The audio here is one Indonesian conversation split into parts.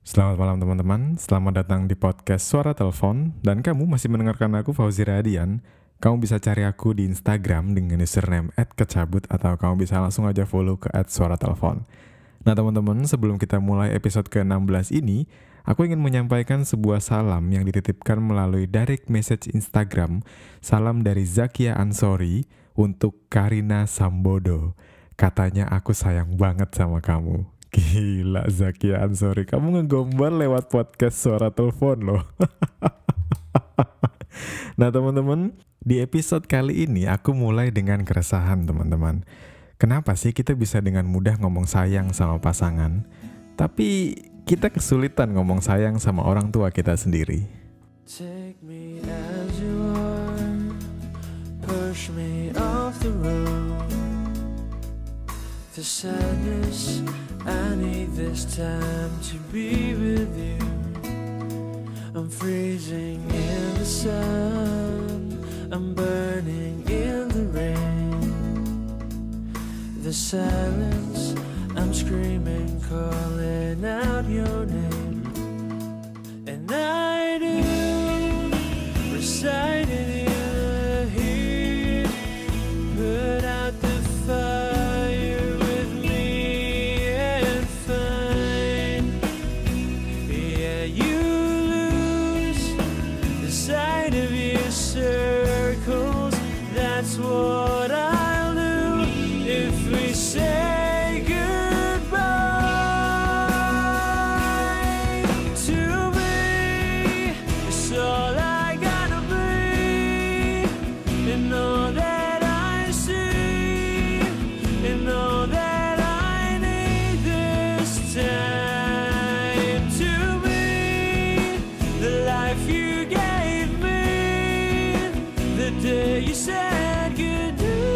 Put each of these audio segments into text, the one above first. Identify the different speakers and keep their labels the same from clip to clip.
Speaker 1: Selamat malam teman-teman, selamat datang di podcast Suara Telepon. Dan kamu masih mendengarkan aku, Fauzi Radian. Kamu bisa cari aku di Instagram dengan username @kecabut, atau kamu bisa langsung aja follow ke @suaratelepon. Nah teman-teman, sebelum kita mulai episode ke-16 ini, aku ingin menyampaikan sebuah salam yang dititipkan melalui direct message Instagram. Salam dari Zakia Ansori untuk Karina Sambodo. Katanya aku sayang banget sama kamu. Gila Zakia Ansori, kamu ngegombal lewat podcast Suara Telepon loh. Nah teman-teman, di episode kali ini aku mulai dengan keresahan teman-teman. Kenapa sih kita bisa dengan mudah ngomong sayang sama pasangan, tapi kita kesulitan ngomong sayang sama orang tua kita sendiri?
Speaker 2: Take me as you are, push me off the road. The sadness, I need this time to be with you. I'm freezing in the sun, I'm burning in the rain. The silence, I'm screaming, calling out your name. And I do recite in your heat, put out the fire with me and find, yeah, you lose the sight of your circles. That's what I'll do if we say goodbye to me. It's all I gotta be, and all that I see, and all that I need this time to be the life you gave me the day you said goodnight.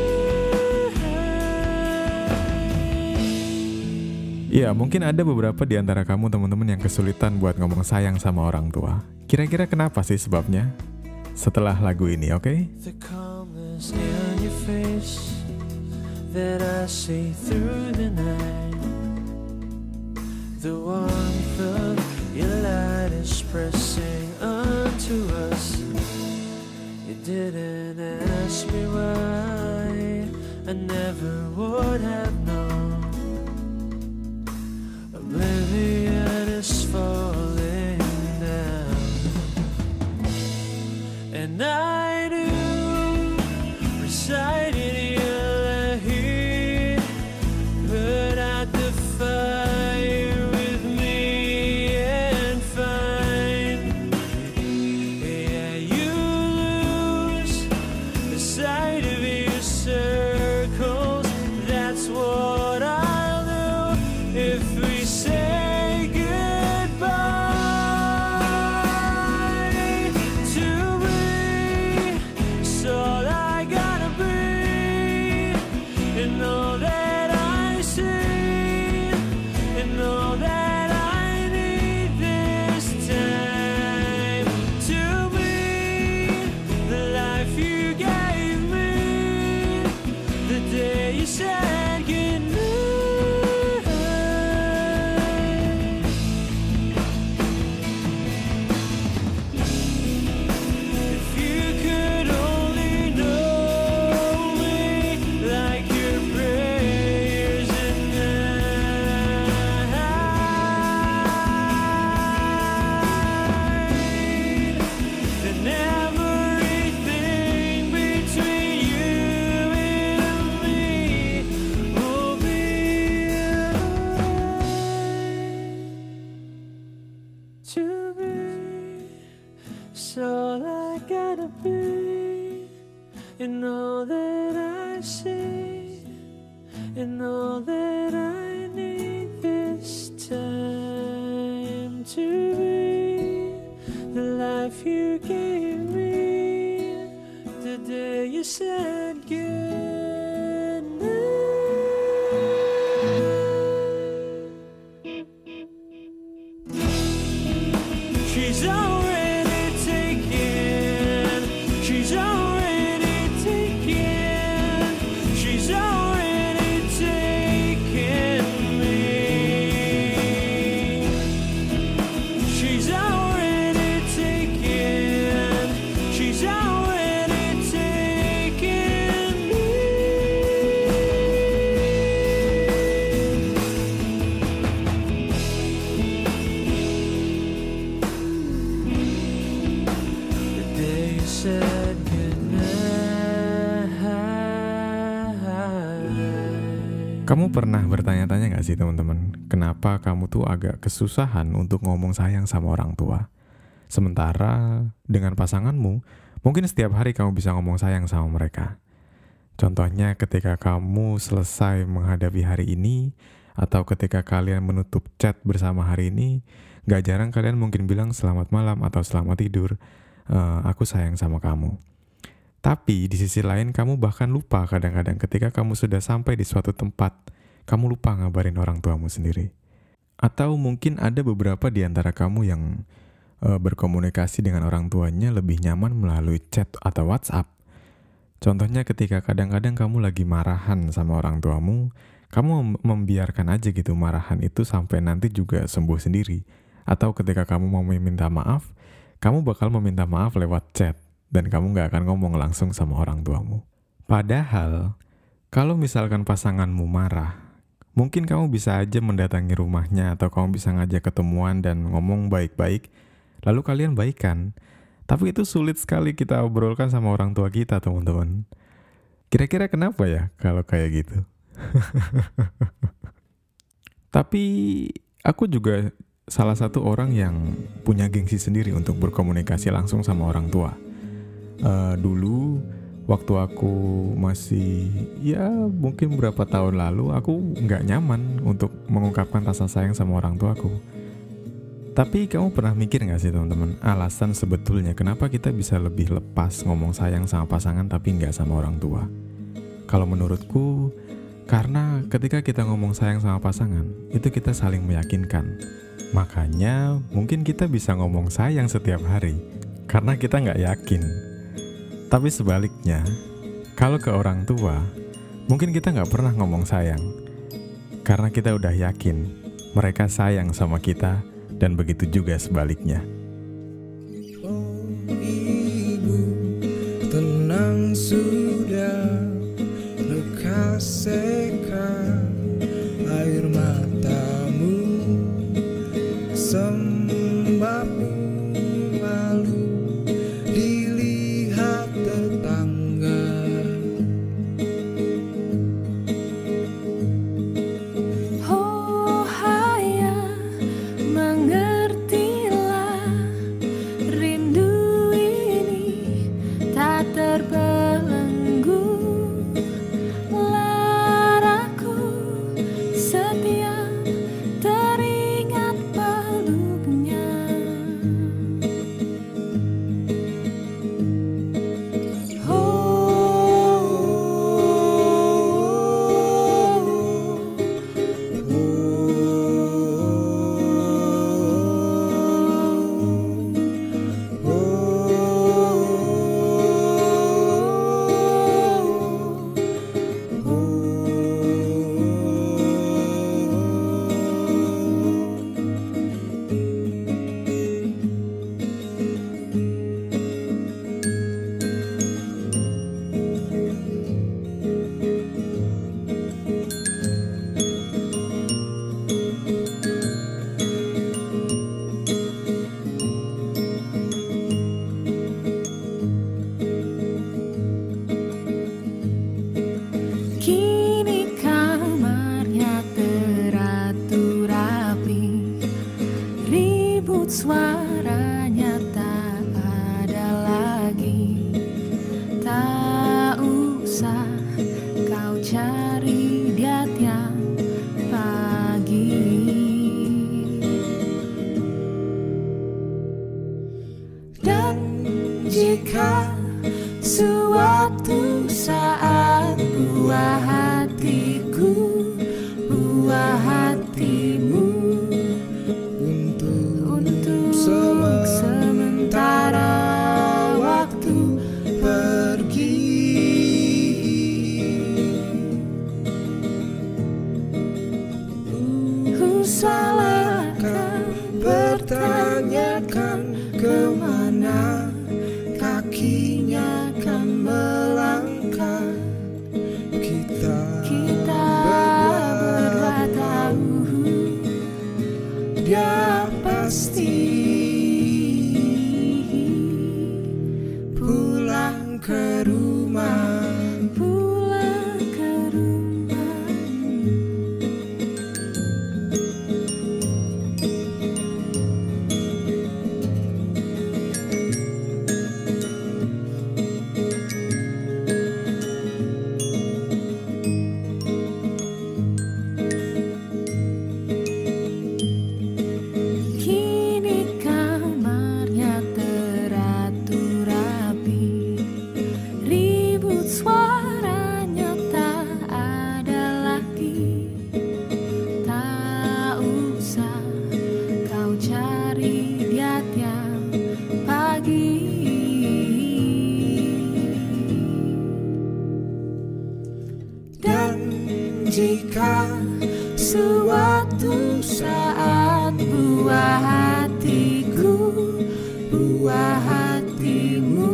Speaker 1: Ya, mungkin ada beberapa di antara kamu teman-teman yang kesulitan buat ngomong sayang sama orang tua. Kira-kira kenapa sih sebabnya? Setelah lagu ini, oke?
Speaker 2: The calmness in your face that I see through the night. The warmth of your light is pressing onto us. You didn't ask me why, I never would have known. Oblivion is falling down, and I do recite in your heat, put out the fire with me and find, yeah, you lose the sight of your circles. That's what I'll do if we say goodbye to me. It's all I gotta be, and all that I see, and all that I need this time to be the life you gave me the day you said goodnight. If you could only know me like your prayers at night, then everything between you and me will be alright to be. So I gotta be, and all that I see, and all that I need this time to be the life you gave me the day you said goodnight. She's already taken. She's already taken. She's already taken me.
Speaker 1: Kamu pernah bertanya-tanya gak sih teman-teman, kenapa kamu tuh agak kesusahan untuk ngomong sayang sama orang tua? Sementara dengan pasanganmu, mungkin setiap hari kamu bisa ngomong sayang sama mereka. Contohnya ketika kamu selesai menghadapi hari ini, atau ketika kalian menutup chat bersama hari ini, gak jarang kalian mungkin bilang selamat malam atau selamat tidur, aku sayang sama kamu. Tapi di sisi lain kamu bahkan lupa kadang-kadang ketika kamu sudah sampai di suatu tempat, kamu lupa ngabarin orang tuamu sendiri. Atau mungkin ada beberapa di antara kamu yang berkomunikasi dengan orang tuanya lebih nyaman melalui chat atau WhatsApp. Contohnya ketika kadang-kadang kamu lagi marahan sama orang tuamu, kamu membiarkan aja gitu marahan itu sampai nanti juga sembuh sendiri. Atau ketika kamu mau meminta maaf, kamu bakal meminta maaf lewat chat. Dan kamu gak akan ngomong langsung sama orang tuamu. Padahal, kalau misalkan pasanganmu marah, mungkin kamu bisa aja mendatangi rumahnya atau kamu bisa ngajak ketemuan dan ngomong baik-baik, lalu kalian baikan. Tapi itu sulit sekali kita obrolkan sama orang tua kita, teman-teman. Kira-kira kenapa ya kalau kayak gitu? Tapi aku juga salah satu orang yang punya gengsi sendiri untuk berkomunikasi langsung sama orang tua. Dulu waktu aku masih mungkin berapa tahun lalu aku nggak nyaman untuk mengungkapkan rasa sayang sama orang tuaku. Tapi kamu pernah mikir nggak sih teman-teman, alasan sebetulnya kenapa kita bisa lebih lepas ngomong sayang sama pasangan tapi nggak sama orang tua? Kalau menurutku, karena ketika kita ngomong sayang sama pasangan, itu kita saling meyakinkan. Makanya mungkin kita bisa ngomong sayang setiap hari karena kita nggak yakin. Tapi sebaliknya, kalau ke orang tua, mungkin kita nggak pernah ngomong sayang. Karena kita udah yakin, mereka sayang sama kita, dan begitu juga sebaliknya.
Speaker 3: Oh ibu, tenang sudah, lekas sekat air matamu, sembabmu malu dilihat tetangga.
Speaker 2: Oh ayah, mengertilah rindu ini tak terbelenggu. Laraku setiap teringat peluknya. Kini kamarnya teratur rapi, ribut suaranya tak ada lagi. Tak usah kau cari dia tiap pagi. Dan jika suatu saat buah hatiku, buah hatimu untuk sementara waktu
Speaker 3: Pergi,
Speaker 2: salahkah
Speaker 3: pertanyakan kemana kakinya akan melangkah. Kita
Speaker 2: berdua tahu
Speaker 3: dia pasti pulang ke rumah.
Speaker 2: pulang ke rumah. buah hatimu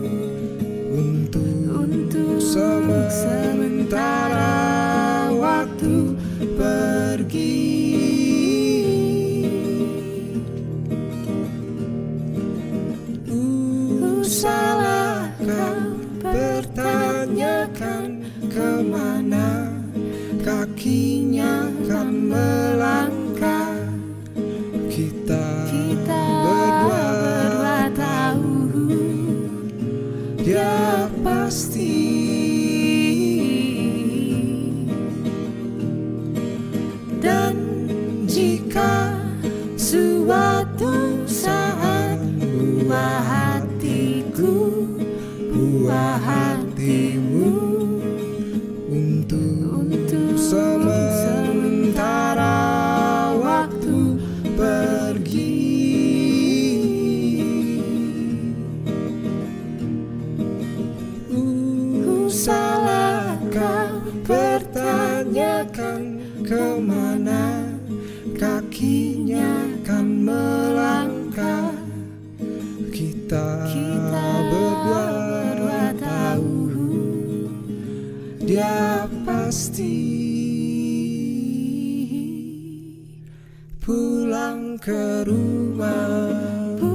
Speaker 3: untuk
Speaker 2: sementara waktu
Speaker 3: pergi.
Speaker 2: Salah kau
Speaker 3: Pertanyakan kemana kakinya akan melangkah. Kita berdua
Speaker 2: tahu
Speaker 3: dia pasti.
Speaker 2: Dan jika suatu saat buah hatimu
Speaker 3: untuk sementara waktu pergi.
Speaker 2: Salah kau
Speaker 3: Pertanyakan kemana kakinya akan melangkah. Kita berdua tahu dia pasti pulang ke rumah.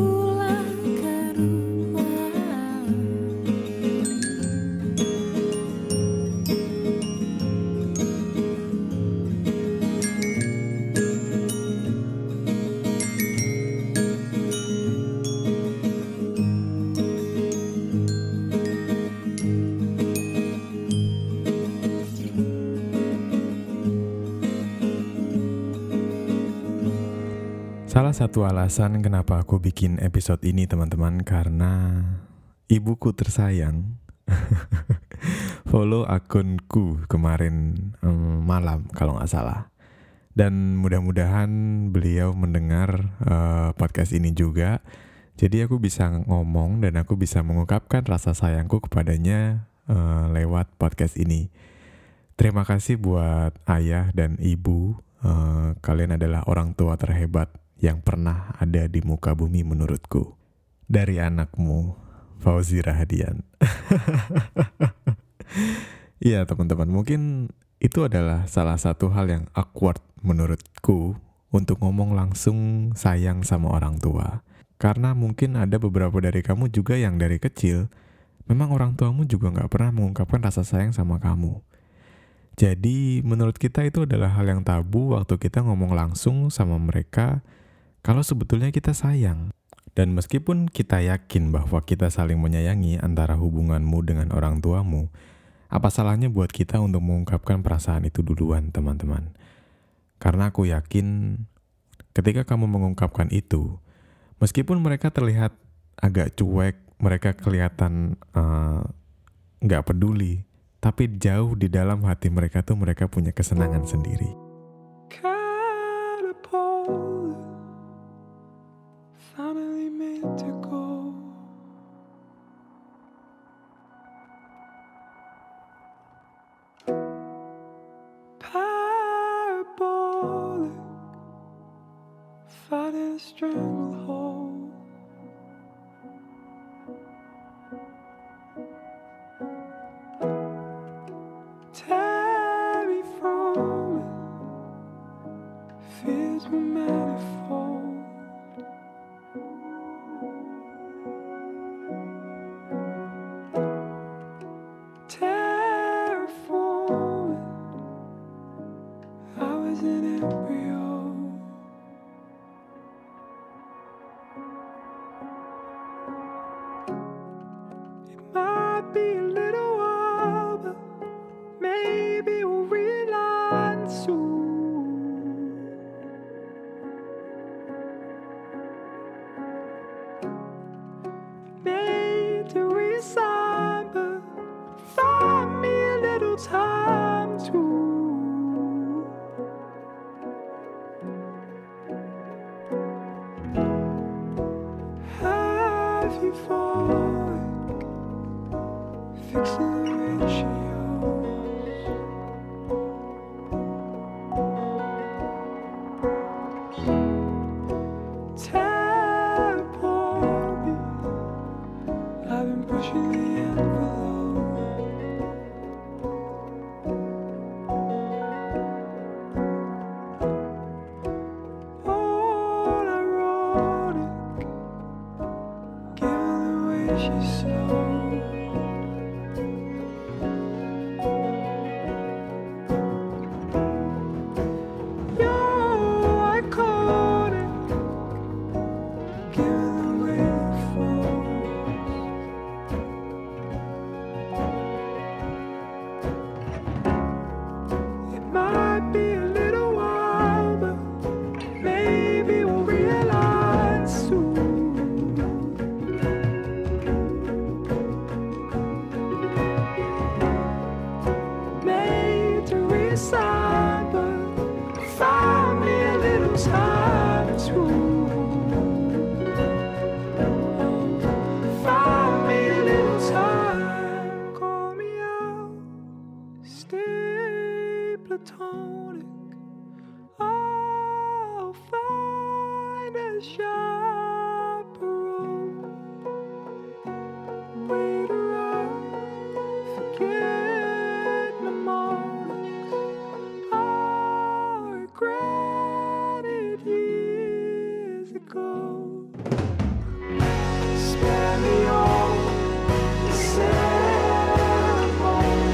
Speaker 1: Salah satu alasan kenapa aku bikin episode ini teman-teman, karena ibuku tersayang follow akunku kemarin malam kalau gak salah. Dan mudah-mudahan beliau mendengar podcast ini juga. Jadi aku bisa ngomong dan aku bisa mengungkapkan rasa sayangku kepadanya lewat podcast ini. Terima kasih buat ayah dan ibu. Kalian adalah orang tua terhebat yang pernah ada di muka bumi menurutku. Dari anakmu, Fauzi Rahadian. Iya teman-teman, mungkin itu adalah salah satu hal yang awkward menurutku untuk ngomong langsung sayang sama orang tua. Karena mungkin ada beberapa dari kamu juga yang dari kecil, memang orang tuamu juga gak pernah mengungkapkan rasa sayang sama kamu. Jadi menurut kita itu adalah hal yang tabu waktu kita ngomong langsung sama mereka kalau sebetulnya kita sayang. Dan meskipun kita yakin bahwa kita saling menyayangi antara hubunganmu dengan orang tuamu, apa salahnya buat kita untuk mengungkapkan perasaan itu duluan teman-teman? Karena aku yakin ketika kamu mengungkapkan itu, meskipun mereka terlihat agak cuek, mereka kelihatan gak peduli, tapi jauh di dalam hati mereka tuh mereka punya kesenangan sendiri.
Speaker 3: Finally meant to go. Parabolic, fighting a stranglehold. Tear me from it, fears were manifold. An embryo. It might be a little while, but maybe we'll realign soon. Made to resign, but find me a little time to. Fixing the ratios. Tear apart me. she's slow. Platonic, I'll find a chaperone. Wait around, forget my mornings. I regretted years ago. Spare me all the ceremony.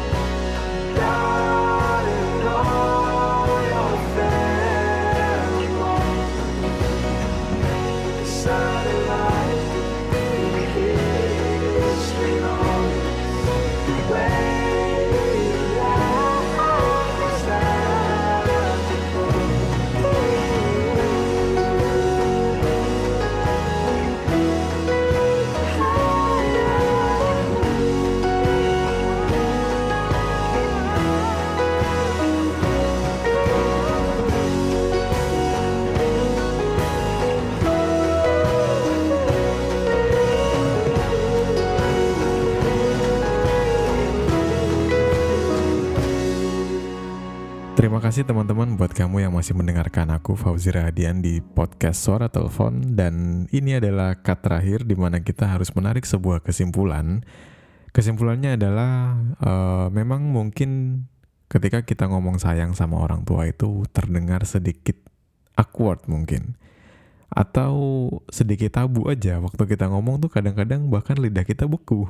Speaker 1: Terima kasih teman-teman buat kamu yang masih mendengarkan aku Fauzi Radian di podcast Suara Telepon. Dan ini adalah cut terakhir di mana kita harus menarik sebuah kesimpulan. Kesimpulannya adalah memang mungkin ketika kita ngomong sayang sama orang tua itu terdengar sedikit awkward mungkin, atau sedikit tabu aja. Waktu kita ngomong tuh kadang-kadang bahkan lidah kita beku.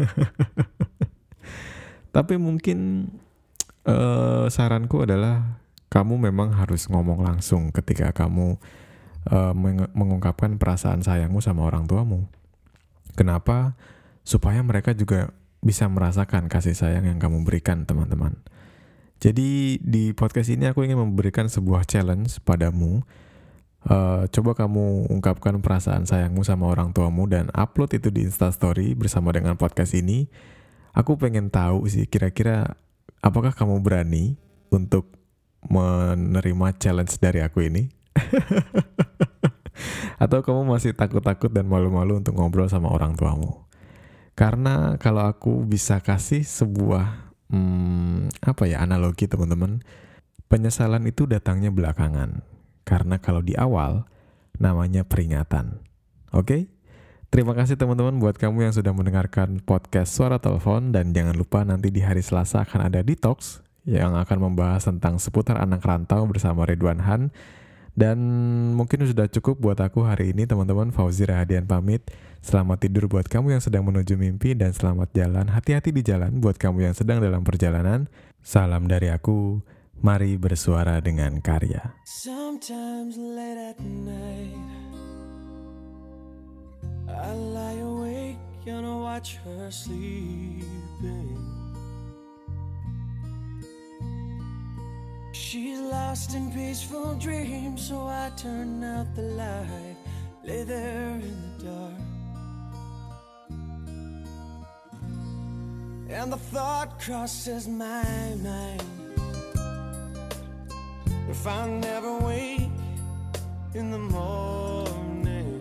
Speaker 1: Tapi mungkin saranku adalah kamu memang harus ngomong langsung ketika kamu mengungkapkan perasaan sayangmu sama orang tuamu. Kenapa? Supaya mereka juga bisa merasakan kasih sayang yang kamu berikan, teman-teman. Jadi di podcast ini aku ingin memberikan sebuah challenge padamu. Coba kamu ungkapkan perasaan sayangmu sama orang tuamu dan upload itu di Instastory bersama dengan podcast ini. Aku pengen tahu sih kira-kira apakah kamu berani untuk menerima challenge dari aku ini? Atau kamu masih takut-takut dan malu-malu untuk ngobrol sama orang tuamu? Karena kalau aku bisa kasih sebuah analogi teman-teman, penyesalan itu datangnya belakangan. Karena kalau di awal namanya peringatan. Oke? Terima kasih teman-teman buat kamu yang sudah mendengarkan podcast Suara Telepon. Dan jangan lupa nanti di hari Selasa akan ada Detox yang akan membahas tentang seputar anak rantau bersama Ridwan Han. Dan mungkin sudah cukup buat aku hari ini teman-teman. Fauzi Radian pamit. Selamat tidur buat kamu yang sedang menuju mimpi. Dan selamat jalan, hati-hati di jalan buat kamu yang sedang dalam perjalanan. Salam dari aku, mari bersuara dengan karya.
Speaker 2: Sometimes late at night I lie awake and I watch her sleeping. She's lost in peaceful dreams, so I turn out the light, lay there in the dark. And the thought crosses my mind, if I never wake in the morning,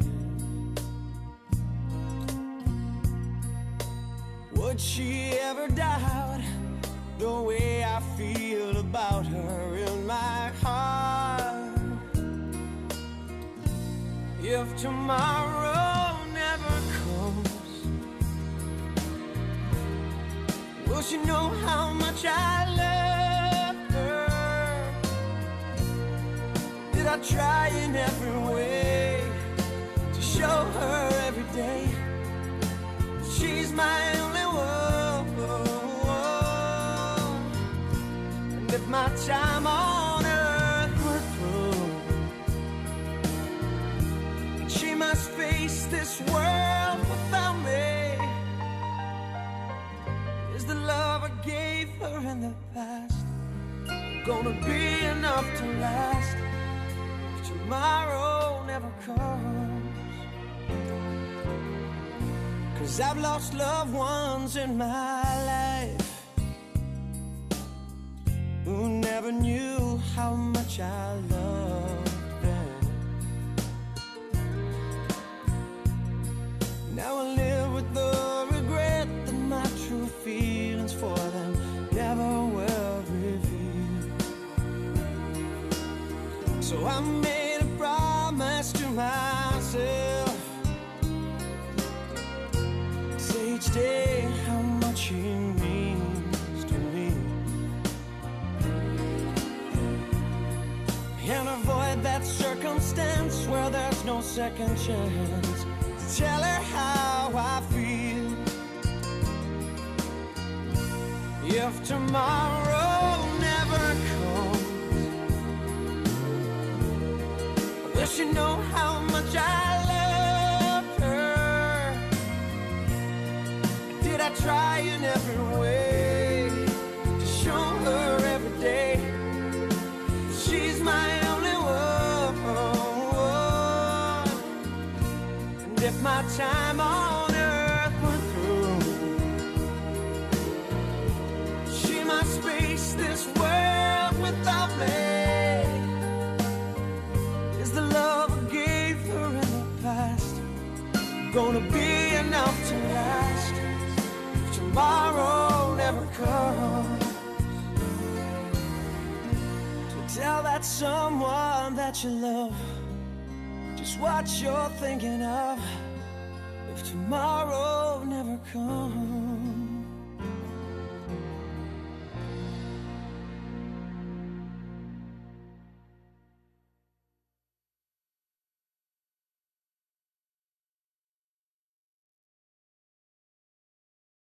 Speaker 2: would she ever doubt the way I feel about her in my heart? If tomorrow never comes, will she know how much I love her? Did I try in every way to show her every day must face this world without me. Is the love I gave her in the past gonna be enough to last if tomorrow never comes? 'Cause I've lost loved ones in my life who never knew how much I loved them. Now I live with the regret that my true feelings for them never were revealed. So I made a promise to myself, say each day how much he means to me, and avoid that circumstance where there's no second chance. Tell her how I feel. If tomorrow never comes, I wish you know how much I love her. Did I try in every way to show her every day she's my only one? And if my time on earth went through, she must face this world without me. Is the love I gave her in the past gonna be enough to last if tomorrow never comes? Tell that someone that you love just what you're thinking of if tomorrow never comes.